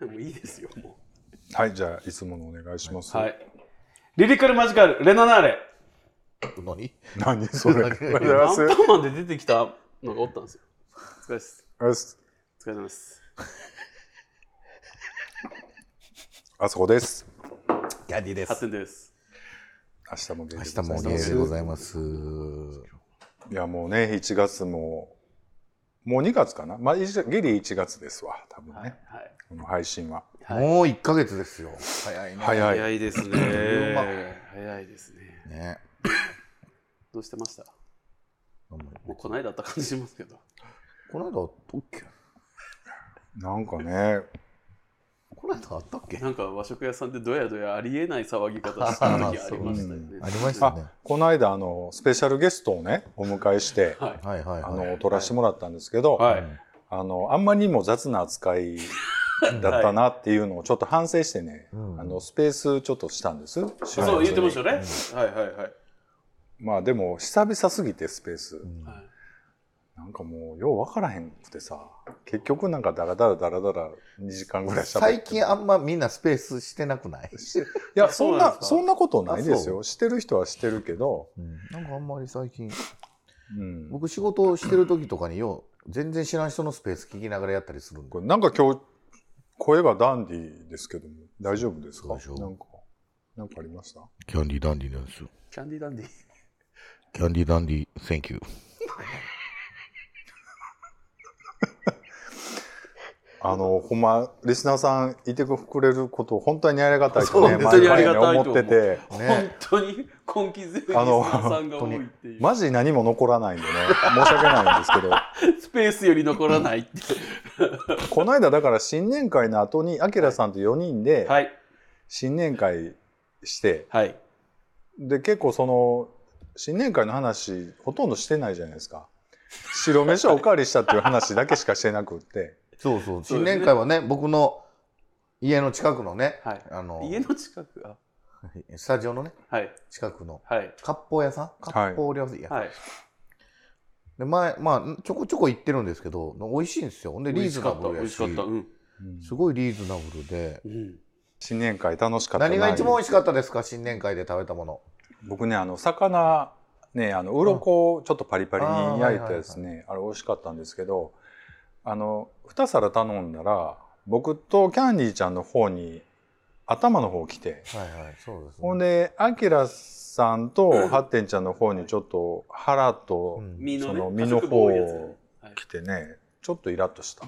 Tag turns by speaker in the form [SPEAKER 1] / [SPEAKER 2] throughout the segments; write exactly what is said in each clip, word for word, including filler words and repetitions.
[SPEAKER 1] もういいですよも
[SPEAKER 2] う。はい、じゃあいつものお願いします。
[SPEAKER 1] はい。リリカルマジカルレナナーレ。
[SPEAKER 3] 何？
[SPEAKER 2] 何それ？
[SPEAKER 1] アンパンマンで出てきたのがおったんですよ。お疲れです。
[SPEAKER 2] お疲
[SPEAKER 1] れ様です。
[SPEAKER 2] あそこです。
[SPEAKER 3] キャンディです。
[SPEAKER 1] 発展です。
[SPEAKER 2] 明日もゲイ
[SPEAKER 3] 明日もゲイでございます。
[SPEAKER 2] いやもうねいちがつももうにがつかな。まあギリいちがつですわ多分ね。はいはい、この配信は。
[SPEAKER 3] もういっかげつですよ。早いね。
[SPEAKER 2] 早い。
[SPEAKER 1] 早いですね。早いですね。ね。どうしてました？もうこの間あった感じしますけど。
[SPEAKER 3] この間あったっけ？
[SPEAKER 2] なんかね。
[SPEAKER 3] この間あったっけ？
[SPEAKER 1] なんか和食屋さんでどやどやありえない騒ぎ方した時ありましたよね。
[SPEAKER 3] ありましたね。
[SPEAKER 2] この間あのスペシャルゲストをねお迎えして、はい、あの撮らせてもらったんですけど、はい、あのあんまりにも雑な扱いだったなっていうのをちょっと反省してね、はい、あのスペースちょっとしたんです。
[SPEAKER 1] そう言ってましたね。うん、はいはいはい。
[SPEAKER 2] まあでも久々すぎてスペース。うんはいなんかもうよう分からへんくてさ結局なんかダラダラダラダラにじかんぐらいしゃべって
[SPEAKER 3] 最近あんまみんなスペースしてなくない？
[SPEAKER 2] いやそんなそんなことないですよ。してる人はしてるけど、
[SPEAKER 3] うん、なんかあんまり最近、うん、僕仕事をしてる時とかによう全然知らん人のスペース聞きながらやったりするんで
[SPEAKER 2] これなんか今日声がダンディーですけども大丈夫ですか？なんかなんかありました？
[SPEAKER 3] キャンディーダンディーなんですよ。
[SPEAKER 1] キャンディーダンディー
[SPEAKER 3] キャンディーダンディー Thank you
[SPEAKER 2] あのほんまリスナーさんいてくれること本当にありがたいとね
[SPEAKER 1] 本当にありがたいと
[SPEAKER 2] 思ってて、
[SPEAKER 1] 本当に根気強いリスナーさんが多いっていう
[SPEAKER 2] マジ何も残らないんでね申し訳ないんですけど
[SPEAKER 1] スペースより残らないって
[SPEAKER 2] この間だから新年会の後にアキラさんとよにんで新年会して、はい、で結構その新年会の話ほとんどしてないじゃないですか。白飯をおかわりしたっていう話だけしかしてなくって
[SPEAKER 3] そうそう新年会はね僕の家の近くのね、
[SPEAKER 1] はい、あの家の近くあ
[SPEAKER 3] スタジオのね、はい、近くの割烹屋さん割烹料理屋さん、はい、で前まあちょこちょこ行ってるんですけど美味しいんですよ。でリーズナブルやし、うん、すごいリーズナブルで、うん、
[SPEAKER 2] 新年会楽しかったな。
[SPEAKER 3] 何が一番美味しかったですか？新年会で食べたもの。
[SPEAKER 2] 僕ねあの魚ねあの鱗をちょっとパリパリに焼いたやつねあれ美味しかったんですけどあのに皿頼んだら僕とキャンディーちゃんの方に頭の方来て、はいはいそうですね、ほんでアキラさんとハッテンちゃんの方にちょっと腹と、うん、その身の方を来てねちょっとイラッとした。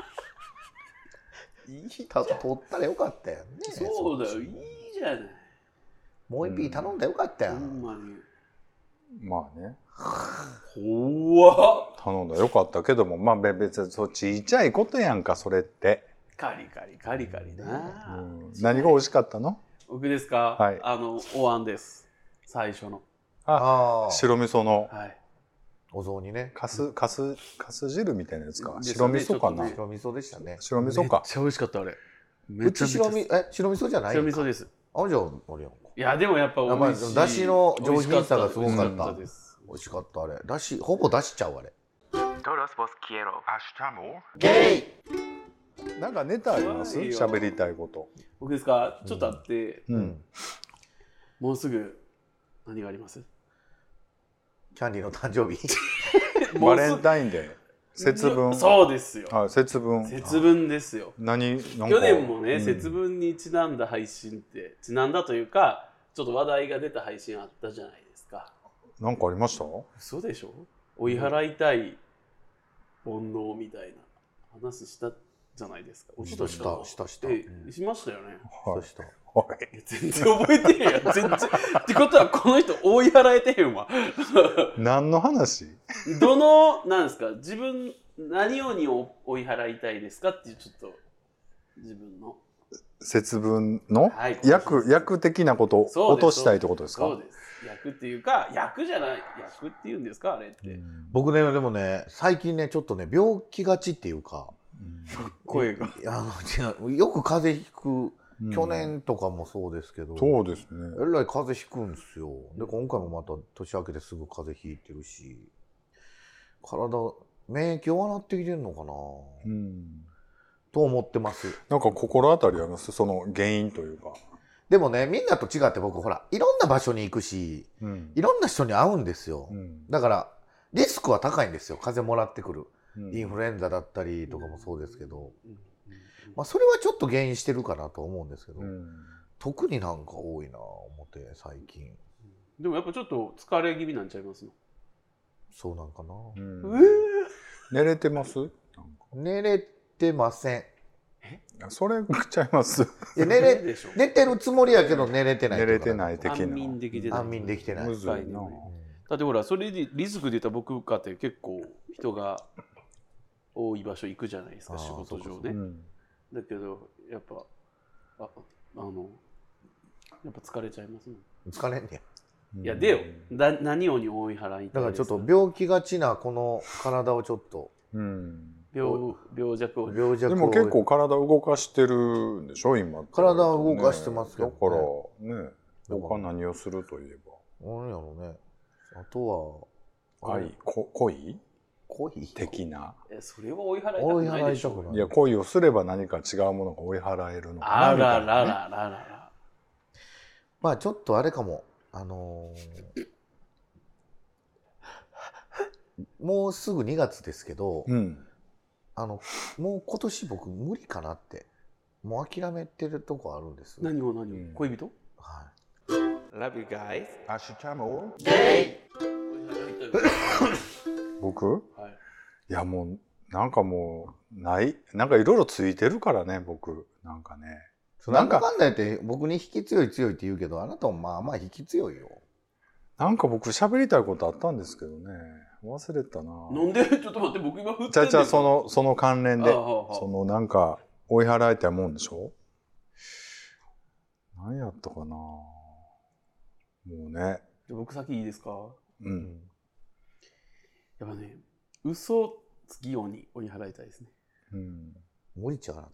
[SPEAKER 3] いいた取ったらよかったよね。
[SPEAKER 1] そうだよいいじゃない。
[SPEAKER 3] もう一品頼んだらよかったよ。
[SPEAKER 1] ほんまに
[SPEAKER 2] まあね
[SPEAKER 1] 怖っ
[SPEAKER 2] 頼んだらよかったけどもまあ別にそうちっちゃいことやんかそれって
[SPEAKER 1] カリカリカリカリな、
[SPEAKER 2] うん、何が美味しかったの？
[SPEAKER 1] 僕ですか、はい、あのお椀です最初の
[SPEAKER 2] ああ白味噌の、はい、
[SPEAKER 3] お雑煮ね
[SPEAKER 2] かすかすかす汁みたいなやつか、ね、白味噌かな、
[SPEAKER 3] ね、白味噌でしたね。
[SPEAKER 2] 白味噌か
[SPEAKER 1] めっちゃ美味しかったあれ
[SPEAKER 3] めっちゃ白味え白味噌じゃない
[SPEAKER 1] 白味噌です。
[SPEAKER 3] あじゃあ俺やん
[SPEAKER 1] いやでもやっぱ美味しい
[SPEAKER 3] だしの上品さがすごかった。美味しかったあれ。だしほぼ出しちゃうあれ。
[SPEAKER 1] ゲ
[SPEAKER 2] イなんかネタあります？喋りたいこと。
[SPEAKER 1] 僕ですか？ちょっとあって、うんうん、もうすぐ何があります？
[SPEAKER 3] キャンディーの誕生日
[SPEAKER 2] バレンタインデー節分。
[SPEAKER 1] そうですよ。
[SPEAKER 2] あ節分。
[SPEAKER 1] 節分ですよ。
[SPEAKER 2] 何
[SPEAKER 1] 去年もね、うん、節分にちなんだ配信ってちなんだというかちょっと話題が出た配信あったじゃないですか。
[SPEAKER 2] なんかありました？
[SPEAKER 1] そうでしょ？追い払いたい煩悩みたいな話したじゃないですか。
[SPEAKER 3] したしたしたした、
[SPEAKER 1] え、うん、しましたよね。
[SPEAKER 3] はい、した
[SPEAKER 2] はい、
[SPEAKER 1] 全然覚えてへんやん全然ってことはこの人追い払えてへんわ
[SPEAKER 2] 何の話？
[SPEAKER 1] どのなんですか自分何をに追い払いたいですかっていうちょっと自分の
[SPEAKER 2] 節分の、はい、役役的なことを落としたいってことですか？
[SPEAKER 1] そうです。役っていうか役じゃない役っていうんですかあれって、うん、
[SPEAKER 3] 僕ねでもね最近ねちょっとね病気がちっていうか、
[SPEAKER 1] うん、声が
[SPEAKER 3] あの違うよく風邪ひく、うん、去年とかもそうですけど
[SPEAKER 2] そうですね
[SPEAKER 3] えらい風邪ひくんですよ。で今回もまた年明けてすぐ風邪ひいてるし体免疫弱なってきてんのかな、うん、 と思ってます。
[SPEAKER 2] なんか心当たりあります？その原因というか。
[SPEAKER 3] でもね、みんなと違って僕ほらいろんな場所に行くし、うん、いろんな人に会うんですよ、うん、だからリスクは高いんですよ。風邪もらってくる、うん、インフルエンザだったりとかもそうですけど、うん、まあ、それはちょっと原因してるかなと思うんですけど、うん、特になんか多いな思って最近。
[SPEAKER 1] でもやっぱちょっと疲れ気味なんちゃいますの？
[SPEAKER 3] そうなんかな、うん、
[SPEAKER 2] えー、寝れてます？なんか
[SPEAKER 3] 寝れてません。
[SPEAKER 2] それちゃいます。
[SPEAKER 3] いや寝れ寝てるつもりやけど寝れてない。
[SPEAKER 2] 寝れてない的な。
[SPEAKER 1] 安眠できてない。
[SPEAKER 3] 安眠できてない。
[SPEAKER 2] むずいな。
[SPEAKER 1] だってほらそれでリスクで言ったら僕かって結構人が多い場所行くじゃないですか、仕事上ね。うん、だけどやっぱああのやっぱ疲れちゃいますね。
[SPEAKER 3] 疲れんねや。
[SPEAKER 1] いやでよ、だ何をに追い払いたいですか。
[SPEAKER 3] だからちょっと病気がちなこの体をちょっと。
[SPEAKER 2] うん、
[SPEAKER 1] 病, 病弱を
[SPEAKER 3] 病弱
[SPEAKER 2] でも結構体動かしてるんでしょ今って、ね、
[SPEAKER 3] 体を動かしてますけど、ね、
[SPEAKER 2] だからね他何をするといえば
[SPEAKER 3] 何やろうね。あとは
[SPEAKER 2] 愛こ恋
[SPEAKER 3] 恋
[SPEAKER 2] 的な。
[SPEAKER 1] えそれは追い払いたくないでしょ。
[SPEAKER 2] いや恋をすれば何か違うものが追い払えるのかな
[SPEAKER 1] あ
[SPEAKER 2] みたいな、ね、
[SPEAKER 1] らららららら。
[SPEAKER 3] まあちょっとあれかもあのー、もうすぐにがつですけど、うん、あのもう今年僕無理かなってもう諦めてるとこあるんです。
[SPEAKER 1] 何を何を、うん、恋人？
[SPEAKER 3] はい。
[SPEAKER 1] Love you guys。
[SPEAKER 3] アシュチャモ
[SPEAKER 1] ゲイ。
[SPEAKER 2] 僕？はい。いやもうなんかもうないなんかいろいろついてるからね僕なんかね。
[SPEAKER 3] なんかかんないって僕に引き強い強いって言うけどあなたもまあまあ引き強いよ。
[SPEAKER 2] なんか僕喋りたいことあったんですけどね忘れたな。
[SPEAKER 1] なんでちょっと待って僕今振ってんねん。
[SPEAKER 2] じゃあじゃあそのその関連でそのなんか追い払いたいもんでしょ。何やったかなもうね。
[SPEAKER 1] 僕先いいですか。
[SPEAKER 2] うん。
[SPEAKER 1] やっぱね嘘つきように追い払いたいですね。
[SPEAKER 3] うん。無理ちゃうあなた。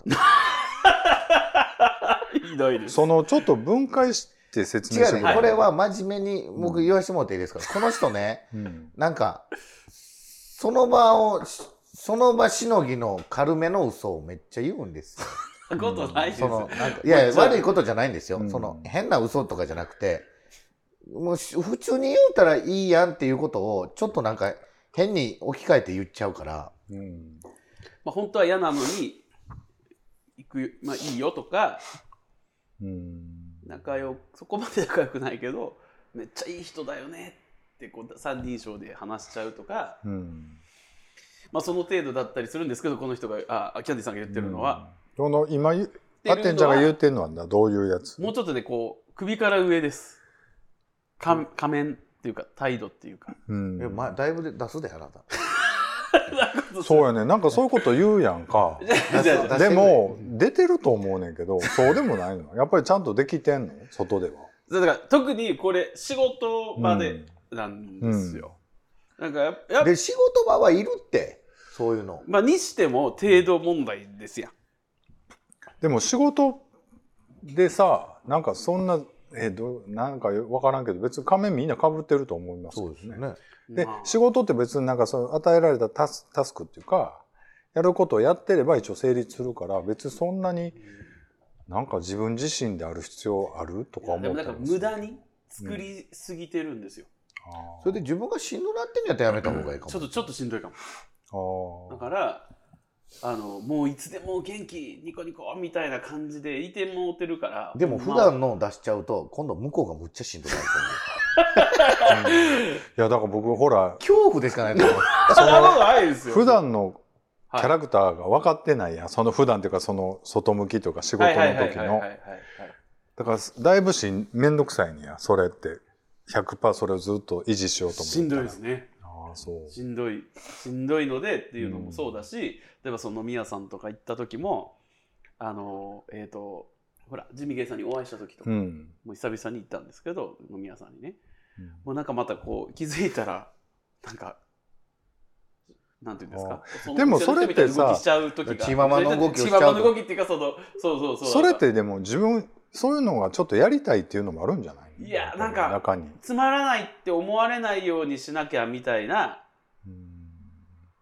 [SPEAKER 1] ひどいです。
[SPEAKER 2] そのちょっと分解して説明して
[SPEAKER 3] 違うね、これは真面目に僕言わせてもらっていいですか、うん、この人ね、うん、なんかその場をその場しのぎの軽めの嘘をめっちゃ言うんですよ。
[SPEAKER 1] そんなことないですよ。
[SPEAKER 3] そのなんかいや悪いことじゃないんですよ、うん、その変な嘘とかじゃなくてもう普通に言うたらいいやんっていうことをちょっとなんか変に置き換えて言っちゃうから、うん
[SPEAKER 1] まあ、本当は嫌なのに行く、まあ、いいよとか、うん、仲良そこまで仲良くないけどめっちゃいい人だよねってこう三人称で話しちゃうとか、うんまあ、その程度だったりするんですけどこの人があキャンディさんが言ってるのは、
[SPEAKER 2] うん、この今あってんちゃんが言ってるのはどういうやつ？
[SPEAKER 1] もうちょっとでこう首から上です。か仮面っていうか態度っていうか、
[SPEAKER 3] うん、いや、まあ、だいぶ出すであなた。
[SPEAKER 2] そうやねなんかそういうこと言うやんか。でも出てると思うねんけどそうでもないの。やっぱりちゃんとできてんの外では。
[SPEAKER 1] だから特にこれ仕事場でなんですよ、うんうん、なんかやっ
[SPEAKER 3] で仕事場はいるってそういうの
[SPEAKER 1] まあにしても程度問題ですやん。
[SPEAKER 2] でも仕事でさなんかそんなえどなんか分からんけど別に仮面みんな被ってると思いますよね。そうですね。で、まあ、仕事って別になんかその与えられたタス、タスクっていうかやることをやってれば一応成立するから別にそんなになんか自分自身である必要あるとか思ったりする。
[SPEAKER 1] でもなんか無駄に作りすぎてるんですよ、
[SPEAKER 3] うん、それで自分がしんどなってんやったらやめた方がいいかも。
[SPEAKER 1] ちょっとちょっとしんどいかも。だからあのもういつでも元気ニコニコみたいな感じでいてもうてるから。
[SPEAKER 3] でも普段の出しちゃうと今度向こうがむっちゃしんどくなると思う、うん、
[SPEAKER 2] いやだから僕ほら
[SPEAKER 3] 恐怖でしかないと思う。
[SPEAKER 1] そんなことないですよ。
[SPEAKER 2] 普段のキャラクターが分かってないやん、はい、その普段っていうかその外向きとか仕事の時のだからだいぶしんめんどくさいねやそれって ひゃくパーセント それをずっと維持しようと思ったら
[SPEAKER 1] しんどいですね。
[SPEAKER 2] あそう
[SPEAKER 1] しんどいしんどいのでっていうのもそうだし、うん、例えばその飲み屋さんとか行った時もあのえっ、ー、とほらジミゲイさんにお会いした時とか、うん、もう久々に行ったんですけど飲み屋さんにね、うん、もうなんかまたこう気づいたらなんかなんていうんですか。
[SPEAKER 2] でもそれってさ
[SPEAKER 3] チママの動きをしちゃうと。
[SPEAKER 1] チママの動きっていうかそのそうそうそう。
[SPEAKER 2] それってでも自分そういうのがちょっとやりたいっていうのもあるんじゃない？
[SPEAKER 1] いやなんかつまらないって思われないようにしなきゃみたいな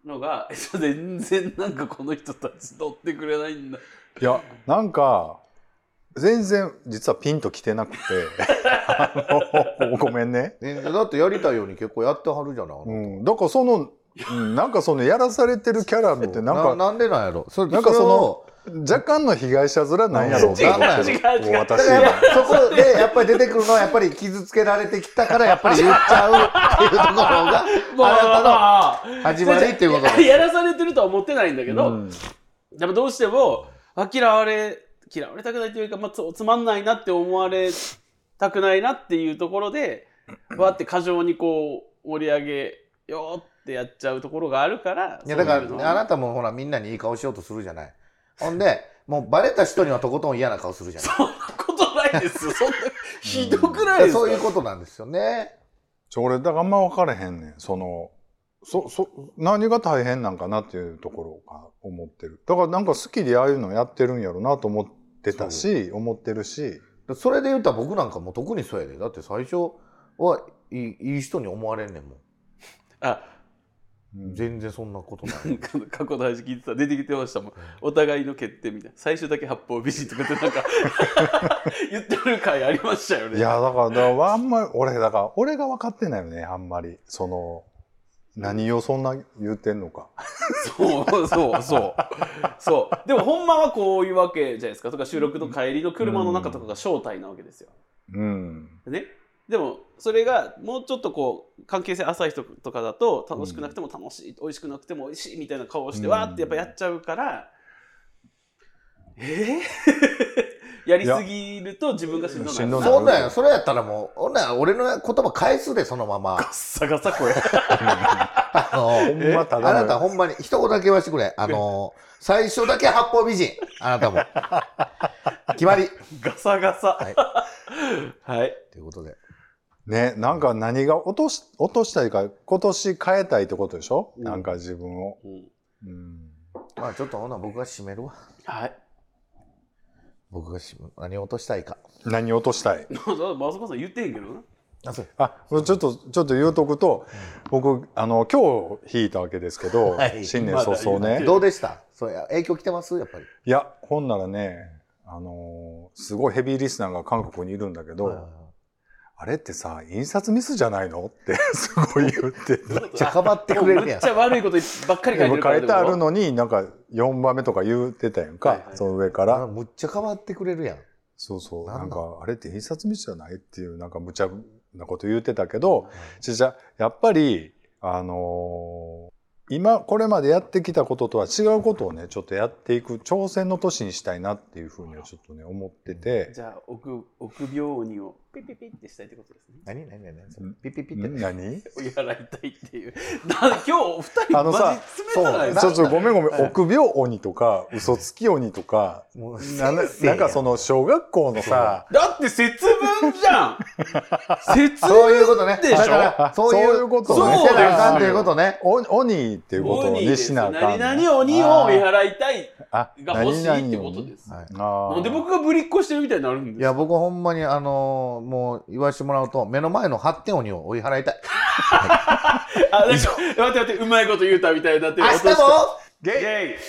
[SPEAKER 1] のが全然なんかこの人たち乗ってくれないんだ。
[SPEAKER 2] いやなんか全然実はピンときてなくてあのごめんね。
[SPEAKER 3] だってやりたいように結構やってはるじゃない。
[SPEAKER 2] うん、だからその、うん、なんかそのやらされてるキャラ見てなんか
[SPEAKER 3] な, なんでなんやろ。それ
[SPEAKER 2] なんかその若干の被害者面なんやろうと思ってる。
[SPEAKER 1] 違う違う違う。
[SPEAKER 2] 私
[SPEAKER 3] そこでやっぱり出てくるのはやっぱり傷つけられてきたからやっぱり言っちゃうっていうところがあなたの始まりっていうことです。
[SPEAKER 1] やらされてるとは思ってないんだけど、うん、でもどうしても嫌われ嫌われたくないというか、まあ、つ, つまんないなって思われたくないなっていうところでわーって過剰にこう盛り上げよってやっちゃうところがあるから。
[SPEAKER 3] いやだからあなたもほらみんなにいい顔しようとするじゃない。ほんでもうバレた人にはとことん嫌な顔するじゃない。
[SPEAKER 1] そんなことないですよ。そんなひどくないですか。
[SPEAKER 3] そういうことなんですよね。
[SPEAKER 2] ちょ俺だからあんま分からへんねん。そのそそ何が大変なんかなっていうところが思ってる。だからなんか好きでああいうのやってるんやろうなと思ってたし思ってるし。
[SPEAKER 3] それで言ったら僕なんかもう特にそうやで。だって最初はいい、いい人に思われんねんもん。あ、うん、全然そんなことない。
[SPEAKER 1] 過去の話聞いてたら出てきてましたもん。お互いの欠点みたいな。最初だけ八方美人とかってなんか言ってる回ありましたよね。
[SPEAKER 2] いやだからだからあんまり俺だから俺が分かってないよねあんまりその。何をそんな言うてんのか
[SPEAKER 1] そうそうそうそうでもほんまはこういうわけじゃないですか。とか収録の帰りの車の中とかが正体なわけですよ、
[SPEAKER 2] うん
[SPEAKER 1] ね、でもそれがもうちょっとこう関係性浅い人とかだと楽しくなくても楽しい、うん、美味しくなくても美味しいみたいな顔をして、うん、わーってやっぱやっちゃうからえーやりすぎると自分がしんどくなる。
[SPEAKER 3] そんなんや、それやったらもう、俺の言葉返すで、そのまま。
[SPEAKER 1] ガッサガサ声。
[SPEAKER 3] あの、ほんまただあなたほんまに、一言だけ言わせてくれ。あの、最初だけ八方美人。あなたも。決まり。
[SPEAKER 1] ガサガサ。はい。はい。
[SPEAKER 3] ということで。
[SPEAKER 2] ね、なんか何が落とし、落としたいか、今年変えたいってことでしょ、うん、なんか自分を。うん。
[SPEAKER 3] うん、まあちょっとほな、僕が締めるわ。
[SPEAKER 1] はい。
[SPEAKER 3] 僕が何を落としたいか。
[SPEAKER 2] 何を落としたい。
[SPEAKER 1] まさかさん言ってへんけどな。
[SPEAKER 2] あ、そう。あ、ちょっとちょっと言うとくと、うん、僕あの今日弾いたわけですけど、はい、新年早々ね。
[SPEAKER 3] どうでした？そうや影響来てますやっぱり。
[SPEAKER 2] いや、ほんならね、あのー、すごいヘビーリスナーが韓国にいるんだけど。はいはいはい、あれってさ印刷ミスじゃないのってすごい言って
[SPEAKER 3] めっちゃかばってくれるやん。
[SPEAKER 1] めっちゃ悪いことばっかり書いてるから。
[SPEAKER 2] 書いてあるのになんかよんばんめとか言ってたやんか、はいはい、その上から
[SPEAKER 3] むっちゃかばってくれるやん。
[SPEAKER 2] そうそうなんかあれって印刷ミスじゃないっていうなんか無茶なこと言ってたけど、うん、じゃあやっぱりあのー今これまでやってきたこととは違うことをねちょっとやっていく挑戦の年にしたいなっていうふうにはちょっとね思ってて。
[SPEAKER 1] じゃあ臆病鬼をピピピってしたいってことですね。
[SPEAKER 3] 何何何何ピピピって
[SPEAKER 2] 何
[SPEAKER 1] やらいたいっていう。今日お二人マジ冷たない。
[SPEAKER 2] ちょっとごめんごめん、臆病鬼とか嘘つき鬼とかな, なんかその小学校のさ
[SPEAKER 1] だって節分じゃん。節分
[SPEAKER 3] そういうことね。
[SPEAKER 1] だから
[SPEAKER 3] そういうことね。そうだよということね。
[SPEAKER 2] 鬼っていうことをねしなあかん。
[SPEAKER 1] 何々鬼を追い払いたいが欲しいってことです。はい、なんで僕がぶりっこしてるみたいになるんですか。
[SPEAKER 3] いや僕ほんまにあのー、もう言わせてもらうと目の前の発展鬼を追い払いたい。
[SPEAKER 1] あ、なんか待って待ってうまいこと言うたみたいになってる。
[SPEAKER 3] 明日も
[SPEAKER 1] ゲイ。ゲイ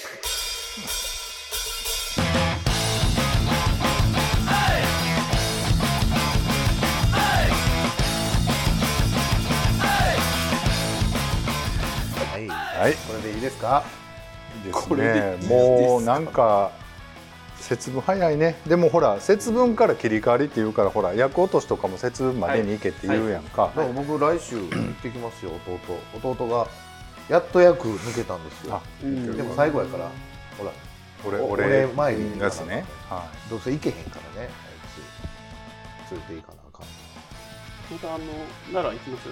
[SPEAKER 3] はい、これでいいですか？
[SPEAKER 2] いいですね。もうなんか節分早いね。でもほら節分から切り替わりっていうからほら厄落としとかも節分までに行けって言うやんか。
[SPEAKER 3] はいはい、僕来週行ってきますよ弟。弟がやっと役抜けたんですよ。でも最後やからほら
[SPEAKER 2] 俺
[SPEAKER 3] 俺前に
[SPEAKER 2] やつね。
[SPEAKER 3] はい。どうせ行けへんからね。あいつ連れて行かなあかん。
[SPEAKER 1] またあの奈良行きます？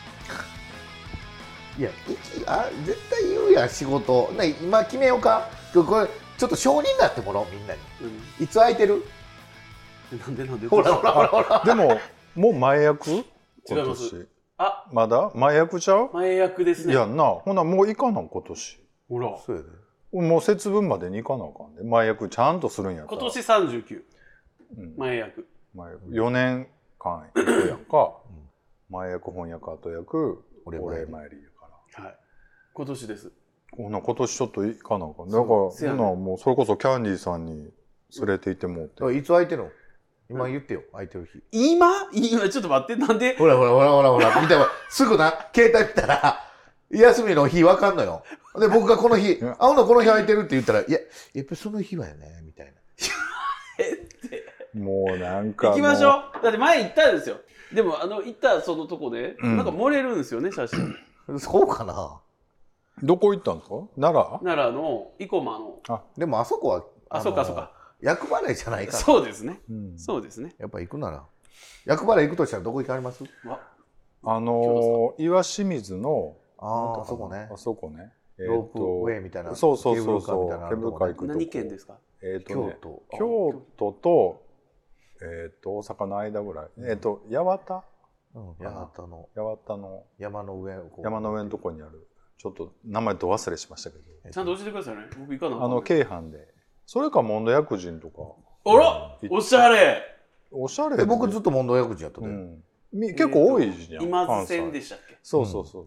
[SPEAKER 3] いや、あ絶対言うやん仕事。今決めようか。これちょっと証人になってもらおうみんなに。うん、いつ空いてる？
[SPEAKER 1] なんでなんで？
[SPEAKER 3] ほらほらほらほら。
[SPEAKER 2] でももう前役？
[SPEAKER 1] 違います。あ、
[SPEAKER 2] まだ前役ちゃう？
[SPEAKER 1] 前役ですね。
[SPEAKER 2] いやんな。ほなもう行かな今年。
[SPEAKER 1] ほら。
[SPEAKER 3] そうやで。
[SPEAKER 2] もう節分までに行かなあかんで。前役ちゃんとするんやったら。
[SPEAKER 1] 今年さんじゅうきゅう。うん、前役。
[SPEAKER 2] 前役。よねんかん行くやんか。うん、前役翻訳後役俺参り。
[SPEAKER 1] はい、今年です。
[SPEAKER 2] ほな今年ちょっと行かなあかん。だからほなもうそれこそキャンディーさんに連れて行ってもらって。
[SPEAKER 3] いつ空いてるの？今言ってよ、空いてる日。
[SPEAKER 1] 今今ちょっと待って、なんで？
[SPEAKER 3] ほらほらほらほらほら、見てすぐな、携帯見たら、休みの日わかんのよ。で、僕がこの日、あ、ほなこの日空いてるって言ったら、いや、やっぱりその日はよね、みたいな。
[SPEAKER 1] えって。
[SPEAKER 2] もうなんか。
[SPEAKER 1] 行きましょう。だって前行ったんですよ。でも、あの、行ったそのとこで、うん、なんか漏れるんですよね、写真。
[SPEAKER 3] そうかな。
[SPEAKER 2] どこ行ったんですか？奈良？
[SPEAKER 1] 奈良の生駒の。
[SPEAKER 3] あ、でもあそこは、
[SPEAKER 1] あ、あそうかそうか。
[SPEAKER 3] 厄払いじゃないか。
[SPEAKER 1] そうですね。うん、そうですね。
[SPEAKER 3] やっぱ行くなら。厄払い行くとしたらどこ行かれます？
[SPEAKER 2] あのー、岩清水の、
[SPEAKER 3] ああ、そこね。
[SPEAKER 2] あそこね。
[SPEAKER 3] ロープウェイみたいな。
[SPEAKER 2] そうそうそうそう。ケーブルカー行くとこ。
[SPEAKER 1] 何県ですか？
[SPEAKER 2] えっとね、京都。京都と、えっと、大阪の間ぐらい。えっと、八幡？
[SPEAKER 3] うん、八幡の。
[SPEAKER 2] 八幡の。
[SPEAKER 3] 山の上。
[SPEAKER 2] 山の上のとこにある。ちょっと名前ど忘れしましたけど。
[SPEAKER 1] ちゃんと教えてくださいね。僕行かな。
[SPEAKER 2] あの、京阪で。それかモンド薬人とか。
[SPEAKER 1] あら、おしゃれ。
[SPEAKER 2] おしゃれ。
[SPEAKER 3] 僕ずっとモンド薬人やったで。
[SPEAKER 2] 結構多いじゃん。
[SPEAKER 1] 今津線でしたっけ？
[SPEAKER 2] そうそうそう。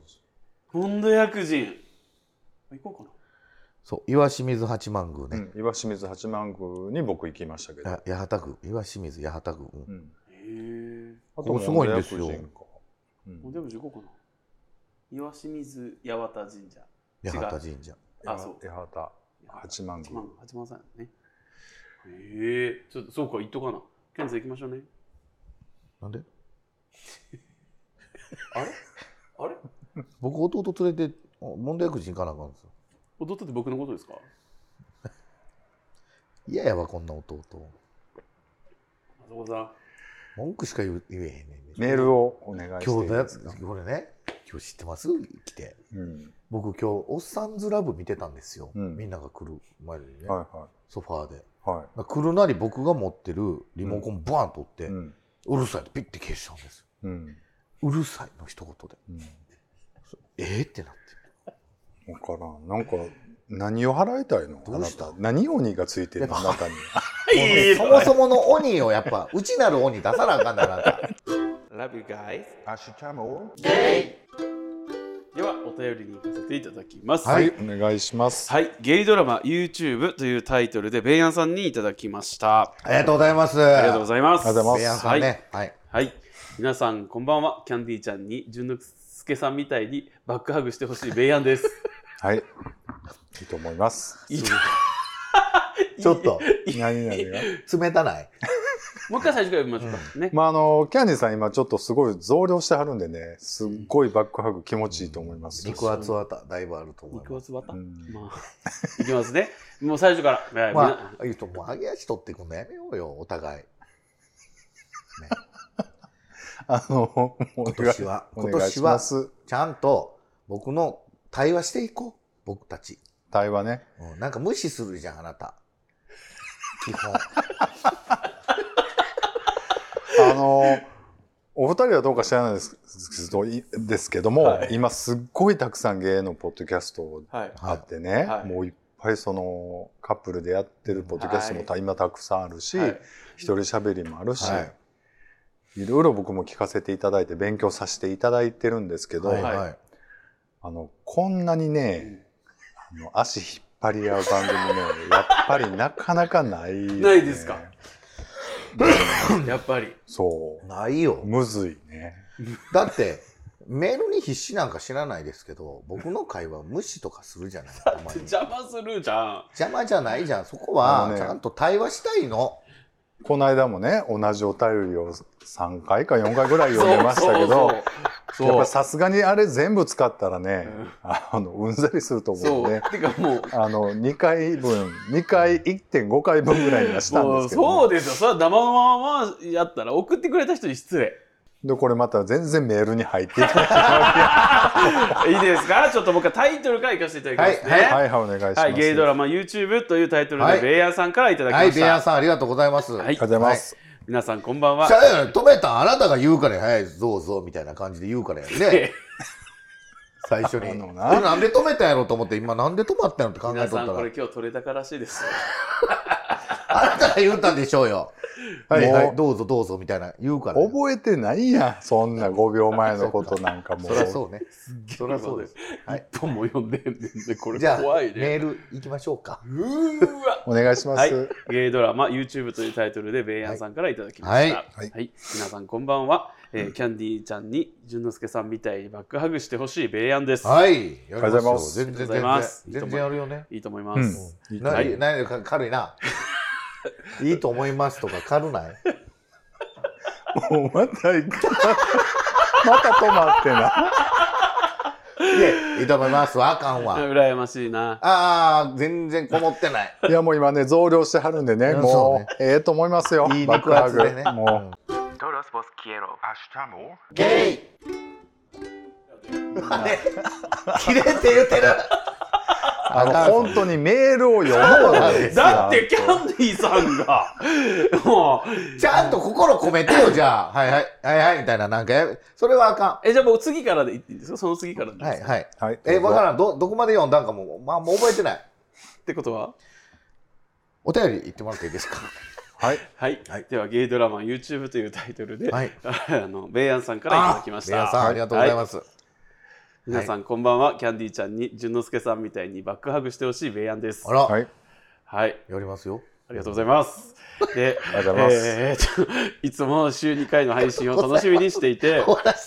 [SPEAKER 1] モンド薬人。行こうかな。
[SPEAKER 3] そう、岩清水八幡宮ね。
[SPEAKER 2] 岩清水八幡宮に僕行きましたけど。
[SPEAKER 3] 八幡宮、岩清水八幡宮。
[SPEAKER 1] へえ。
[SPEAKER 3] あとすごいんですよ。
[SPEAKER 1] モンド薬人行こうかな。岩清水八幡神社。
[SPEAKER 3] 八幡神社。
[SPEAKER 1] あ、そう。
[SPEAKER 2] 八幡八幡宮。
[SPEAKER 1] 八幡さんね。へえ。ちょっとそうか、行っとかな。キャンセル行きましょうね。
[SPEAKER 3] なんで？
[SPEAKER 1] あれ？あれ？
[SPEAKER 3] 僕弟連れてモンド薬人行かなあかんですよ。
[SPEAKER 1] 弟って僕のことですか？
[SPEAKER 3] 嫌やわこんな弟。
[SPEAKER 1] あそこさん。
[SPEAKER 3] 文句しか言えへんねん。
[SPEAKER 2] メールをお願いしていいですか？
[SPEAKER 3] 今日これね、今日知ってます？来て、
[SPEAKER 2] うん、
[SPEAKER 3] 僕今日おっさんずラブ見てたんですよ。うん、みんなが来る前にね、
[SPEAKER 2] はいはい、
[SPEAKER 3] ソファーで、
[SPEAKER 2] はい、
[SPEAKER 3] 来るなり僕が持ってるリモコンバーン取って、うん、うるさいってピッて消しちゃうんです。うん、うるさいの一言で、うん、えーってなって。
[SPEAKER 2] 分からん。なんか何を払いたいの？
[SPEAKER 3] どうした？
[SPEAKER 2] あなた何鬼がついてるの？あなたに。
[SPEAKER 3] そもそもの鬼をやっぱ内なる鬼出さなあかんだな。
[SPEAKER 1] Love you guys。
[SPEAKER 2] アッシュチャム。
[SPEAKER 1] ではお便りに行かせていただきます。
[SPEAKER 2] はい、お願いします。
[SPEAKER 1] はい、ゲイドラマ YouTube というタイトルでベイヤンさんにいただきました。
[SPEAKER 3] ありがとうございます。
[SPEAKER 1] ありがとうございます。
[SPEAKER 2] ありがとうございます。
[SPEAKER 3] ベイヤンさんね。はい。
[SPEAKER 1] はい。皆さんこんばんは。キャンディーちゃんに純之介さんみたいにバックハグしてほしいベイヤンです。
[SPEAKER 2] はい。いいと思います。
[SPEAKER 3] いいちょっと
[SPEAKER 2] 何々が
[SPEAKER 3] 冷たない。
[SPEAKER 1] もう一回最初から読みましょうか、うん、ね。
[SPEAKER 2] まああのキャンディーさん今ちょっとすごい増量してはるんでね、すっごいバックハグ気持ちいいと思います。
[SPEAKER 3] 肉厚はだいぶあると思います。
[SPEAKER 1] 肉厚わた、うん、まあいきますね。もう最初から。
[SPEAKER 3] まあいいともう上げ足取っていくのやめようよお互い。ね、
[SPEAKER 2] あの
[SPEAKER 3] 今年は今年はちゃんと僕の対話していこう僕たち。
[SPEAKER 2] 対話ね、
[SPEAKER 3] うん。なんか無視するじゃんあなた。基本。
[SPEAKER 2] あのお二人はどうか知らないですですけども、はい、今すっごいたくさんゲイのポッドキャストあってね、はいはい、もういっぱいそのカップルでやってるポッドキャストも今たくさんあるし、はい、一人喋りもあるし、はい、いろいろ僕も聞かせていただいて勉強させていただいてるんですけど、はいはい、あのこんなにね、あの足引っ張り合う番組ねやっぱりなかなかない、ね、
[SPEAKER 1] ないですか。やっぱり
[SPEAKER 3] そうないよ。
[SPEAKER 2] むずいね。
[SPEAKER 3] だってメールに必死なんか知らないですけど僕の会話無視とかするじゃない。
[SPEAKER 1] 邪魔するじゃん。
[SPEAKER 3] 邪魔じゃないじゃん。そこはちゃんと対話したいの。
[SPEAKER 2] この間もね同じお便りをさんかいかよんかいぐらい読んでましたけどやっぱさすがにあれ全部使ったらね、うん、あのうんざりすると思うね。
[SPEAKER 1] てかもう
[SPEAKER 2] あのにかいぶんにかい いってんご 回分ぐらいにはしたんですけど、ね、
[SPEAKER 1] そうですよ。それは生のままやったら送ってくれた人に失礼
[SPEAKER 2] でこれまた全然メールに入っていか
[SPEAKER 1] ないいいですか。ちょっと僕はタイトルからいかせていただきますね。
[SPEAKER 2] はい、はいはい、お願いします。
[SPEAKER 1] はい、ゲイドラマ YouTube というタイトルで、はい、ベイヤンさんからいただきました。
[SPEAKER 3] はい、ベイヤンさんありがとうございます。
[SPEAKER 2] はい、ありがとうございます。
[SPEAKER 1] はい、皆さんこんばんは。
[SPEAKER 3] 止めたあなたが言うからはいどうぞみたいな感じで言うからやね最初にななんで止めたんやろうと思って今なんで止まったのって考えとったら
[SPEAKER 1] 皆さんこれ今日取れたからしいです
[SPEAKER 3] あなたが言うたんでしょうよ。 はいはいどうぞどうぞみたいな言うから、
[SPEAKER 2] ね、覚えてないやんそんなごびょうまえのことなんかも
[SPEAKER 3] うそりゃそうねそりゃそうです、
[SPEAKER 1] はい、一本も読んでんねんでこれ
[SPEAKER 3] 怖いね。じゃあメールいきましょうか。
[SPEAKER 2] うーわお願いします、
[SPEAKER 1] はい、ゲイドラマ YouTube というタイトルでベイヤンさんからいただきました、はいはいはい、皆さんこんばんは、えー、キャンディーちゃんに淳之介さんみたいにバックハグしてほしいベイヤンです。
[SPEAKER 3] はい、
[SPEAKER 2] ありがとうございます。
[SPEAKER 3] 全然全然全然やるよね。
[SPEAKER 1] いいと思います、
[SPEAKER 3] うん、な、はい、な軽いないいと思いますとか軽ない。
[SPEAKER 2] もうまた行くまた止まってな。
[SPEAKER 3] いやいいと思いますわ。あかんわ。
[SPEAKER 1] 羨ましいな。
[SPEAKER 3] ああ全然こもってない。
[SPEAKER 2] いやもう今ね増量してはるんでね、もう、ね、ええと思いますよ。
[SPEAKER 3] いい肉厚でね。
[SPEAKER 2] もう。
[SPEAKER 3] ゲイ。切れて言ってる。
[SPEAKER 2] あの本当にメールを読もう
[SPEAKER 1] だってキャンディーさんがも
[SPEAKER 3] うちゃんと心込めてよ。じゃあはいはいはいはいみたいななんかそれはあか
[SPEAKER 1] ん。えじゃあもう次からでいっていいですか。その次からでいいですか。
[SPEAKER 3] はいはいはい。えわからん ど, どこまで読んだんかもまあもう覚えてない
[SPEAKER 1] ってことは
[SPEAKER 3] お便り言ってもらっていいですか。
[SPEAKER 1] はい、はいはい、ではゲイドラマ YouTube というタイトルで、はい、あのベイヤンさんからいただきました。
[SPEAKER 3] ベイヤンさんありがとうございます、はい、
[SPEAKER 1] 皆さんこんばんは。キャンディーちゃんに淳之介さんみたいにバックハグしてほしいベイヤンです。
[SPEAKER 3] あら
[SPEAKER 1] はい、はい、
[SPEAKER 3] やりますよ。
[SPEAKER 1] ありがとうございます。で、
[SPEAKER 2] ありがとうございます、
[SPEAKER 1] えー、いつも週にかいの配信を楽しみにしていて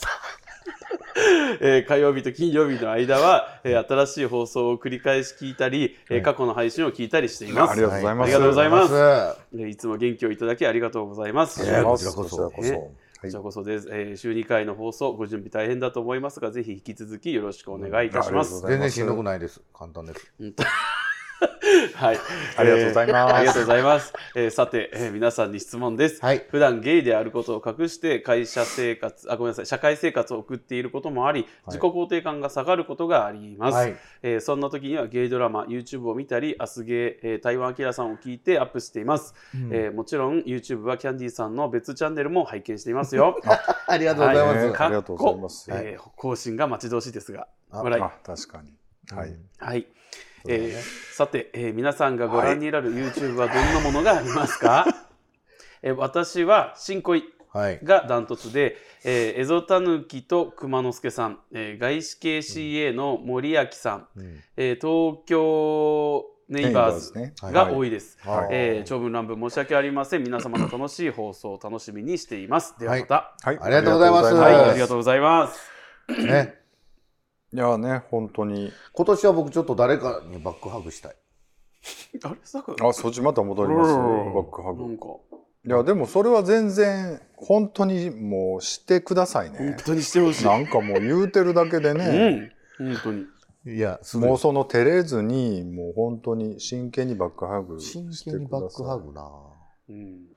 [SPEAKER 1] えー、火曜日と金曜日の間は、えー、新しい放送を繰り返し聞いたり、えー、過去の配信を聞いたりしています。
[SPEAKER 2] ありがとうございます。
[SPEAKER 1] ありがとうございます。えー、いつも元気をいただきありがとうございます。
[SPEAKER 3] こちらこそこちらこそ、
[SPEAKER 1] えーこちらこそです、えー、週にかいの放送ご準備大変だと思いますがぜひ引き続きよろしくお願いいたします。
[SPEAKER 3] 全然しんどくないです。簡単です。
[SPEAKER 1] はい、
[SPEAKER 2] ありがとうございます、
[SPEAKER 1] えー、ありがとうございます、えー、さて、えー、皆さんに質問です、はい、普段ゲイであることを隠して会社生活あごめんなさい社会生活を送っていることもあり、はい、自己肯定感が下がることがあります、はい、えー、そんな時にはゲイドラマ YouTube を見たりアスゲー、えー、台湾アキラさんを聞いてアップしています、うん、えー、もちろん YouTube はキャンディーさんの別チャンネルも拝見していますよ
[SPEAKER 3] ありがとうございます、
[SPEAKER 2] はい、ありがとうございます、
[SPEAKER 1] えー、更新が待ち遠しいですが
[SPEAKER 2] ああ確かにはい、
[SPEAKER 1] うん、はいえー、さて、えー、皆さんがご覧になる YouTube はどんなものがありますか。えー、私は新恋がダントツで、はい、えー、エゾタヌキと熊之助さん、えー、外資系 シーエー の森明さん、うん、えー、東京ネイバーズが多いです。はい、えー、長文乱文申し訳ありません。皆様の楽しい放送を楽しみにしています。ではまた、
[SPEAKER 3] はいはい、ありがとうございます。
[SPEAKER 1] はい、ありがとうございます。
[SPEAKER 3] ね
[SPEAKER 2] いやね本当に
[SPEAKER 3] 今年は僕ちょっと誰かにバックハグしたい。
[SPEAKER 1] あれさ
[SPEAKER 2] あそっちまた戻りますバックハグ。なんかいやでもそれは全然本当にもうしてくださいね。
[SPEAKER 1] 本当にしてほしい。
[SPEAKER 2] なんかもう言うてるだけでね、
[SPEAKER 1] うん、本当
[SPEAKER 3] にいや
[SPEAKER 2] もうその照れずにもう本当に真剣にバックハグしてください。
[SPEAKER 3] 真剣にバックハグな。
[SPEAKER 1] うん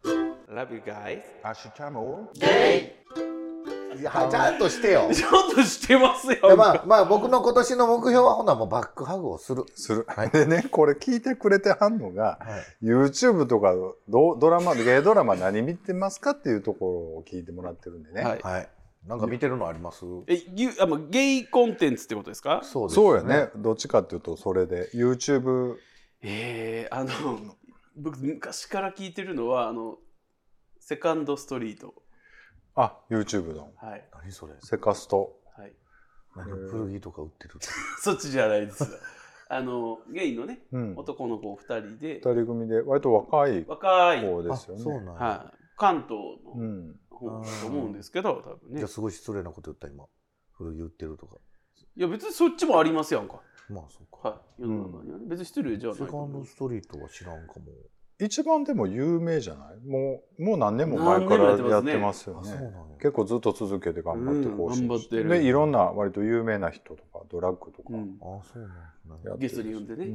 [SPEAKER 1] 。Love you guys。
[SPEAKER 2] アシュチャモ
[SPEAKER 3] ゲイ。いやちゃんとしてよ。
[SPEAKER 1] ちゃんとしてますよ。
[SPEAKER 3] まあまあ僕の今年の目標はほなもうバックハグをする。
[SPEAKER 2] する。はい、でねこれ聞いてくれてはんのが、はい、YouTube とかドドラマゲイドラマ何見てますかっていうところを聞いてもらってるんでね。
[SPEAKER 3] はい。はい、なんか見てるのあります？
[SPEAKER 1] えゆあゲイコンテンツってことですか？
[SPEAKER 3] そうですね。
[SPEAKER 2] そうやね。どっちかっていうとそれで YouTube。
[SPEAKER 1] えー、あの僕昔から聞いてるのはあのセカンドストリート。
[SPEAKER 2] あ、YouTube の。
[SPEAKER 1] はい。
[SPEAKER 3] 何それ？
[SPEAKER 2] セカスト。
[SPEAKER 1] はい。
[SPEAKER 3] 何古着とか売ってる？
[SPEAKER 1] そっちじゃないです。あのゲイのね、うん、男の子ふたりで。
[SPEAKER 2] ふたり組で割と若い
[SPEAKER 1] 若い
[SPEAKER 2] 子ですよね。
[SPEAKER 3] そうなんや。
[SPEAKER 1] はい。関東の方だと思うんですけど、多分ね。
[SPEAKER 3] じゃあすごい失礼なこと言った今。古着売ってるとか。
[SPEAKER 1] いや別にそっちもありますやんか。
[SPEAKER 3] まあそうか。
[SPEAKER 1] はい。世の中にはね、別に失礼じゃない。
[SPEAKER 3] セカンドストリートは知らんかも。
[SPEAKER 2] 一番でも有名じゃない？もうもう何年も前からやってますよね。結構ずっと続けて頑張って更新して、でいろんな割と有名な人とかドラッグとか、
[SPEAKER 3] あそう
[SPEAKER 1] なん。ゲストに呼んでね。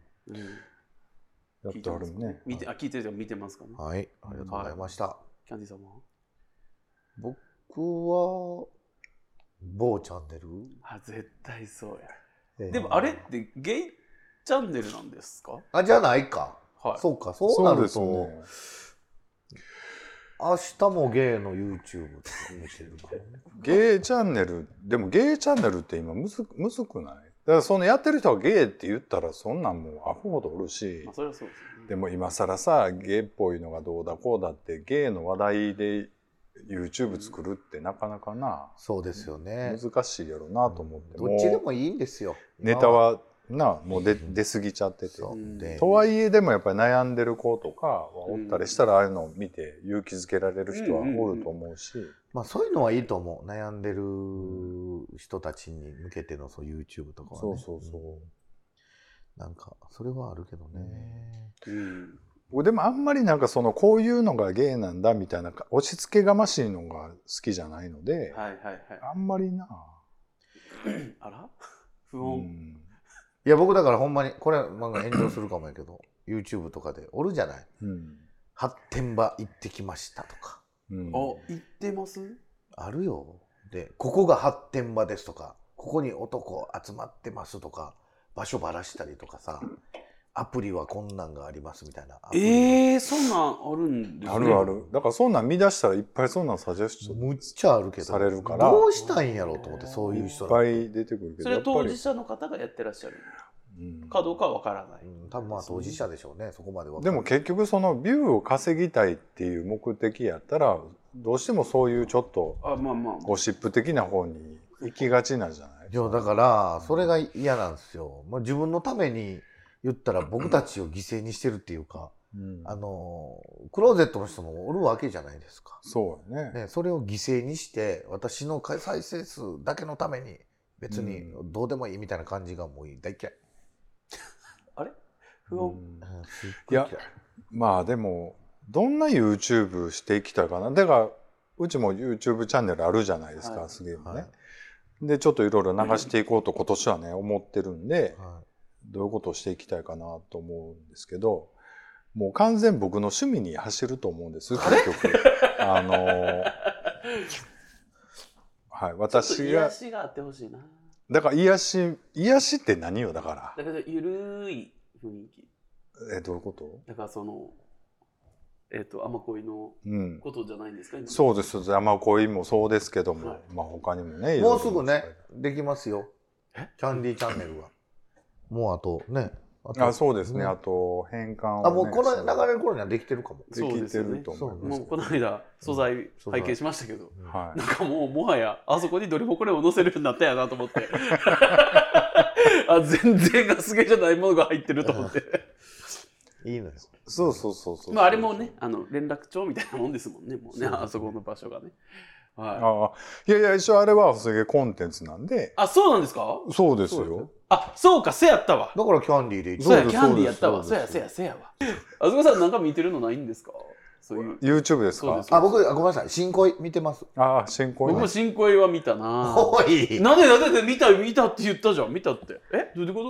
[SPEAKER 2] やってはるね。
[SPEAKER 1] 見てあ聞いてる人見てますかね。
[SPEAKER 3] はい、ありがとうございました。
[SPEAKER 1] キャンディーさんは？
[SPEAKER 3] 僕は某チャンネル？
[SPEAKER 1] あ絶対そうや。でもあれってゲイチャンネルなんですか？
[SPEAKER 3] あじゃないか。はい、そうかそうなると、ね、明日もゲイの YouTube とか見てるか
[SPEAKER 2] ゲイチャンネルでもゲイチャンネルって今むずむずくない？ からそのやってる人がゲイって言ったらそんなんもうアホほどおるし、
[SPEAKER 1] まあ、それはそうですよね。
[SPEAKER 2] でも今更さゲイっぽいのがどうだこうだってゲイの話題で YouTube 作るってなかなかな、
[SPEAKER 3] そうですよね、
[SPEAKER 2] 難しいやろうなと思って、
[SPEAKER 3] どっちでもいいんですよ。
[SPEAKER 2] ネタはなもう出、出過ぎちゃってて、とはいえでもやっぱり悩んでる子とかはおったりしたら、ああいうのを見て勇気づけられる人はおると思うし、
[SPEAKER 3] まあそういうのはいいと思う。悩んでる人たちに向けてのそう YouTube とかはね。
[SPEAKER 2] そうそうそう、うん、
[SPEAKER 3] なんかそれはあるけどね、
[SPEAKER 2] うん、でもあんまりなんかそのこういうのがゲイなんだみたいな押し付けがましいのが好きじゃないので、
[SPEAKER 1] はいはいはい、
[SPEAKER 2] あんまりな
[SPEAKER 1] あら不穏、うん、
[SPEAKER 3] いや僕だからほんまにこれなんか炎上するかもやけどYouTube とかでおるじゃない、うん、発展場行ってきましたとか、
[SPEAKER 1] うん、あ行ってます
[SPEAKER 3] あるよ。でここが発展場ですとかここに男集まってますとか場所ばらしたりとかさ、アプリはこんなんがありますみたいな。
[SPEAKER 1] えー、そんなんあるんですね。
[SPEAKER 2] あるある。だからそんなん見出したらいっぱいそんなんサジェスション
[SPEAKER 3] むっちゃあるけど
[SPEAKER 2] されるから、
[SPEAKER 3] どうしたんやろうと思って、そういう人
[SPEAKER 2] いっぱい出てくるけど、
[SPEAKER 1] それは当事者の方がやってらっしゃる、うん、かどうかはわからない、
[SPEAKER 3] うん、多分まあ当事者でしょうね、そこまでは。
[SPEAKER 2] でも結局そのビューを稼ぎたいっていう目的やったらどうしてもそういうちょっとゴシップ的な方に行きがちなんじゃない？
[SPEAKER 3] いやだからそれが嫌なんですよ。まあ、自分のために言ったら僕たちを犠牲にしてるっていうか、うん、あのクローゼットの人もおるわけじゃないですか。
[SPEAKER 2] そうね。
[SPEAKER 3] ね、それを犠牲にして私の再生数だけのために別にどうでもいいみたいな感じがもう大嫌い。
[SPEAKER 1] あれ？不穏？
[SPEAKER 2] いやまあでもどんな YouTube していきたいかな。だからうちも YouTube チャンネルあるじゃないですか、はい、すげえね。はい、でちょっといろいろ流していこうと今年はね思ってるんで、はい、どういうことをしていきたいかなと思うんですけど、もう完全僕の趣味に走ると思うんです結局。あのー、はい私が
[SPEAKER 1] 癒しがあってほしいな。
[SPEAKER 2] だから癒し癒しって何よだから。
[SPEAKER 1] だからゆるい雰囲気。
[SPEAKER 2] えどういうこと？
[SPEAKER 1] だからそのえっ、ー、と甘恋のことじゃないんですか？うん、
[SPEAKER 2] そうです甘恋もそうですけども、はい、まあ他にもね。
[SPEAKER 3] もうすぐねできますよ。キャンディーチャンネルが。もうあとね。
[SPEAKER 2] あ, あそうですね、うん、あと変換を、ね、
[SPEAKER 3] あもうこの流れる頃にはできてるかも。
[SPEAKER 2] できてると思います。
[SPEAKER 1] もうこの間素材拝見しましたけど、うんはい、なんかもうもはやあそこにどれもこれも載せるようになったやなと思ってあ全然ガスゲじゃないものが入ってると思って
[SPEAKER 3] いいのよ。
[SPEAKER 2] そうそうそうそう。
[SPEAKER 1] まああれもねあの連絡帳みたいなもんですもんねもうねあそこの場所がね。
[SPEAKER 2] はい、あいやいや一応あれはすげえコンテンツなんで。
[SPEAKER 1] あそうなんですか？
[SPEAKER 2] そうですよ。
[SPEAKER 1] あそうかせやったわ。
[SPEAKER 3] だからキャンディーで
[SPEAKER 1] そうやキャンディーやったわ。そうやせやせやわ。あずこさんなんか見てるのないんですか？そういう
[SPEAKER 2] YouTube ですか？
[SPEAKER 3] あ僕ごめんなさい新恋見てます。
[SPEAKER 2] あ新恋。
[SPEAKER 1] 僕も新恋は見たな。
[SPEAKER 3] おい。
[SPEAKER 1] なんでなんで見た見たって言ったじゃん見たって。えどういうこと？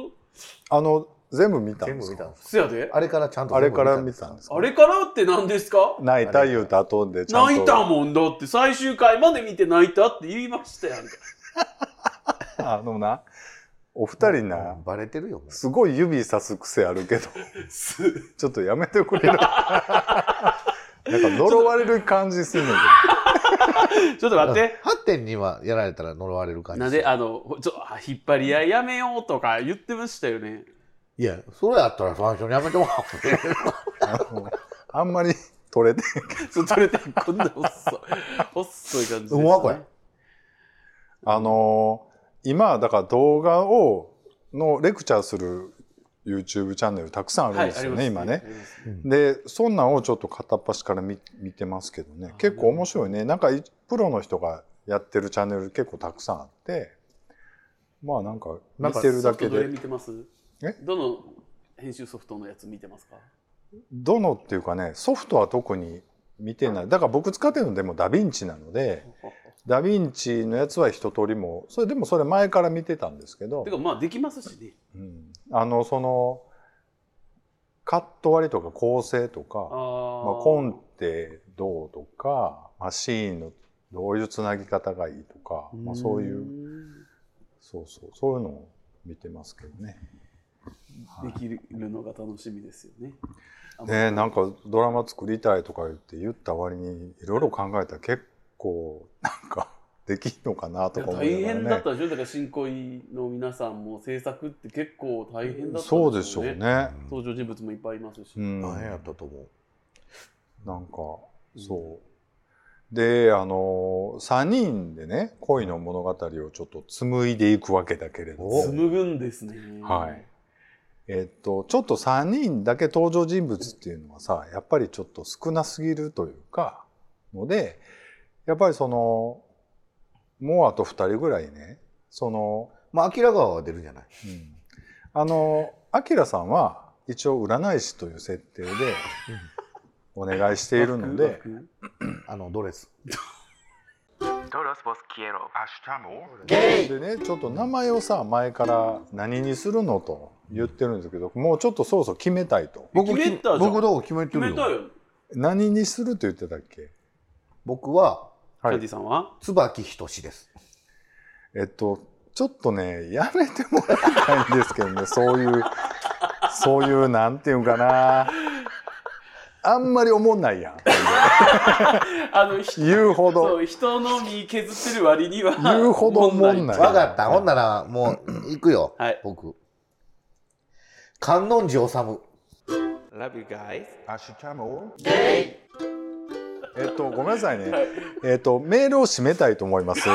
[SPEAKER 2] あの全部見たんですか？
[SPEAKER 1] せやで。
[SPEAKER 3] あれからちゃんと
[SPEAKER 2] あれから見たんですか？
[SPEAKER 1] あれからって何ですか？
[SPEAKER 2] 泣いた言うた後でちゃんと
[SPEAKER 1] 泣いたもんだって最終回まで見て泣いたって言いましたやんか。
[SPEAKER 2] あのなお二人な
[SPEAKER 3] バレてるよ
[SPEAKER 2] すごい指さす癖あるけどちょっとやめてくれる。なんか呪われる感じするんだけど。
[SPEAKER 1] ちょっと待って。
[SPEAKER 3] はってんにはやられたら呪われる感じ。
[SPEAKER 1] なんであのちょ引っ張り合いやめようとか言ってましたよね。
[SPEAKER 3] いやそれやったら最初にやめてもらおう。
[SPEAKER 2] あんまり取れて
[SPEAKER 1] そう取れてこんな細い細い感じです、ね。
[SPEAKER 3] うまこれ。
[SPEAKER 2] あのー、今だから動画をのレクチャーする YouTube チャンネルたくさんあるんですよね、はい、今ね。でそんなんをちょっと片っ端から 見, 見てますけどね結構面白いね。なんかプロの人がやってるチャンネル結構たくさんあってまあなんか見てるだけで。
[SPEAKER 1] どれ見てます？えどの編集ソフトのやつ見てますか？
[SPEAKER 2] どのっていうかねソフトは特に見てない。だから僕使ってるのでもダヴィンチなのでダヴィンチのやつは一通りもそれでもそれ前から見てたんですけど。
[SPEAKER 1] てかまあできますしね。
[SPEAKER 2] うん、あのそのカット割りとか構成とかまあ、コンテどうとかマシーンのどういうつなぎ方がいいとか、まあ、そういうそうそうそういうのを見てますけどね。
[SPEAKER 1] できるのが楽しみですよね。
[SPEAKER 2] ねなんかドラマ作りたいとか言って言った割にいろいろ考えたら結構なんかできるのかなとか思
[SPEAKER 1] いながら、ね、大変だったでしょ。だから新恋の皆さんも制作って結構大変だったでしょうね。
[SPEAKER 2] そうでしょうね。
[SPEAKER 1] 登場人物もいっぱいいますし、
[SPEAKER 3] うん、大変やったと思
[SPEAKER 2] う。なんかそう、であのさんにんでね恋の物語をちょっと紡いでいくわけだけれども、
[SPEAKER 1] 紡ぐんですね。
[SPEAKER 2] はい。えっとちょっとさんにんだけ登場人物っていうのはさ、やっぱりちょっと少なすぎるというかので、やっぱりそのもうあとふたりぐらいね、その
[SPEAKER 3] まあアキラ川は出るじゃない。
[SPEAKER 2] うん、あのアキラさんは一応占い師という設定でお願いしているので、
[SPEAKER 3] あのドレス。
[SPEAKER 2] でね、ちょっと名前をさ前から何にするのと言ってるんですけど、もうちょっとそろそろ決めたいと。
[SPEAKER 3] 僕決めたじゃん。僕どう決めてるよ。
[SPEAKER 1] 決めたよ。
[SPEAKER 2] 何にすると言ってたっけ？
[SPEAKER 3] 僕は。
[SPEAKER 1] キャンディさんは
[SPEAKER 3] 椿仁です。
[SPEAKER 2] えっとちょっとねやめてもらいたいんですけどね、そういうそういうなんていうんかな、あんまり思んないやん。
[SPEAKER 1] あの
[SPEAKER 2] 言うほど
[SPEAKER 1] そう人の身削ってる割には
[SPEAKER 2] 言うほど思んない。
[SPEAKER 3] 分かった。ほんならもう行くよ。はい、僕。観音寺治。
[SPEAKER 1] Love you guys。
[SPEAKER 2] アシュチャモ。えっとごめんなさいね。はい、えっとメールを締めたいと思います。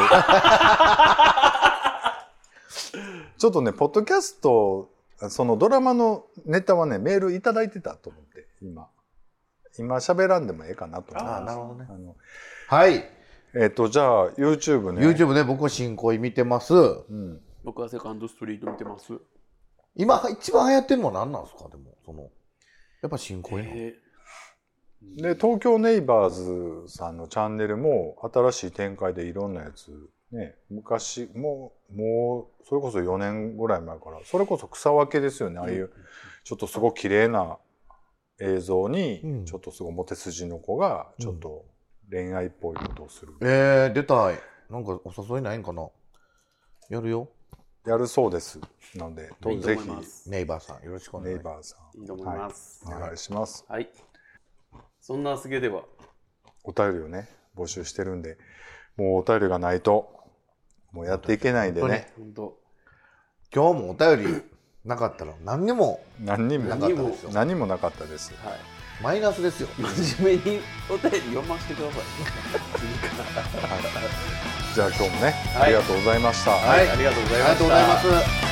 [SPEAKER 2] ちょっとねポッドキャストそのドラマのネタはねメールいただいてたと思って今今喋らんでもええかなと思います。
[SPEAKER 3] ああなるほどね。あのはい。
[SPEAKER 2] えっとじゃあ YouTube ね。
[SPEAKER 3] YouTube ね、僕は新恋見てます。うん、
[SPEAKER 1] 僕はセカンドストリート見てます。
[SPEAKER 3] 今一番流行ってるのは何なんですか？でもそのやっぱ新恋なの。えー
[SPEAKER 2] で東京ネイバーズさんのチャンネルも新しい展開でいろんなやつね、昔もうもうそれこそよねんぐらい前からそれこそ草分けですよね、ああいうちょっとすごく綺麗な映像にちょっとすごいモテ筋の子がちょっと恋愛っぽいことをする、
[SPEAKER 3] うん、えー、出たい。なんかお誘いないんかな。やるよ。
[SPEAKER 2] やるそうですのでぜひ
[SPEAKER 3] ネイバーさんよろしくお願いします。
[SPEAKER 2] ネイバーさん
[SPEAKER 1] いいと思います、
[SPEAKER 2] はい、お願いします。
[SPEAKER 1] はい、そんなすげでは
[SPEAKER 2] お便りをね募集してるんで、もうお便りがないともうやっていけないんでね。
[SPEAKER 1] 本当
[SPEAKER 3] 今日もお便りなかったら何にも
[SPEAKER 2] 何にも
[SPEAKER 3] なかったですよ。
[SPEAKER 2] 何もなかったです。
[SPEAKER 3] はい。マイナスですよ。
[SPEAKER 1] 真面目にお便り読ませてください。
[SPEAKER 2] じゃあ今日もね、はい、ありがとうございました。
[SPEAKER 1] はい、ありがとうございました。
[SPEAKER 3] ありがとうございます。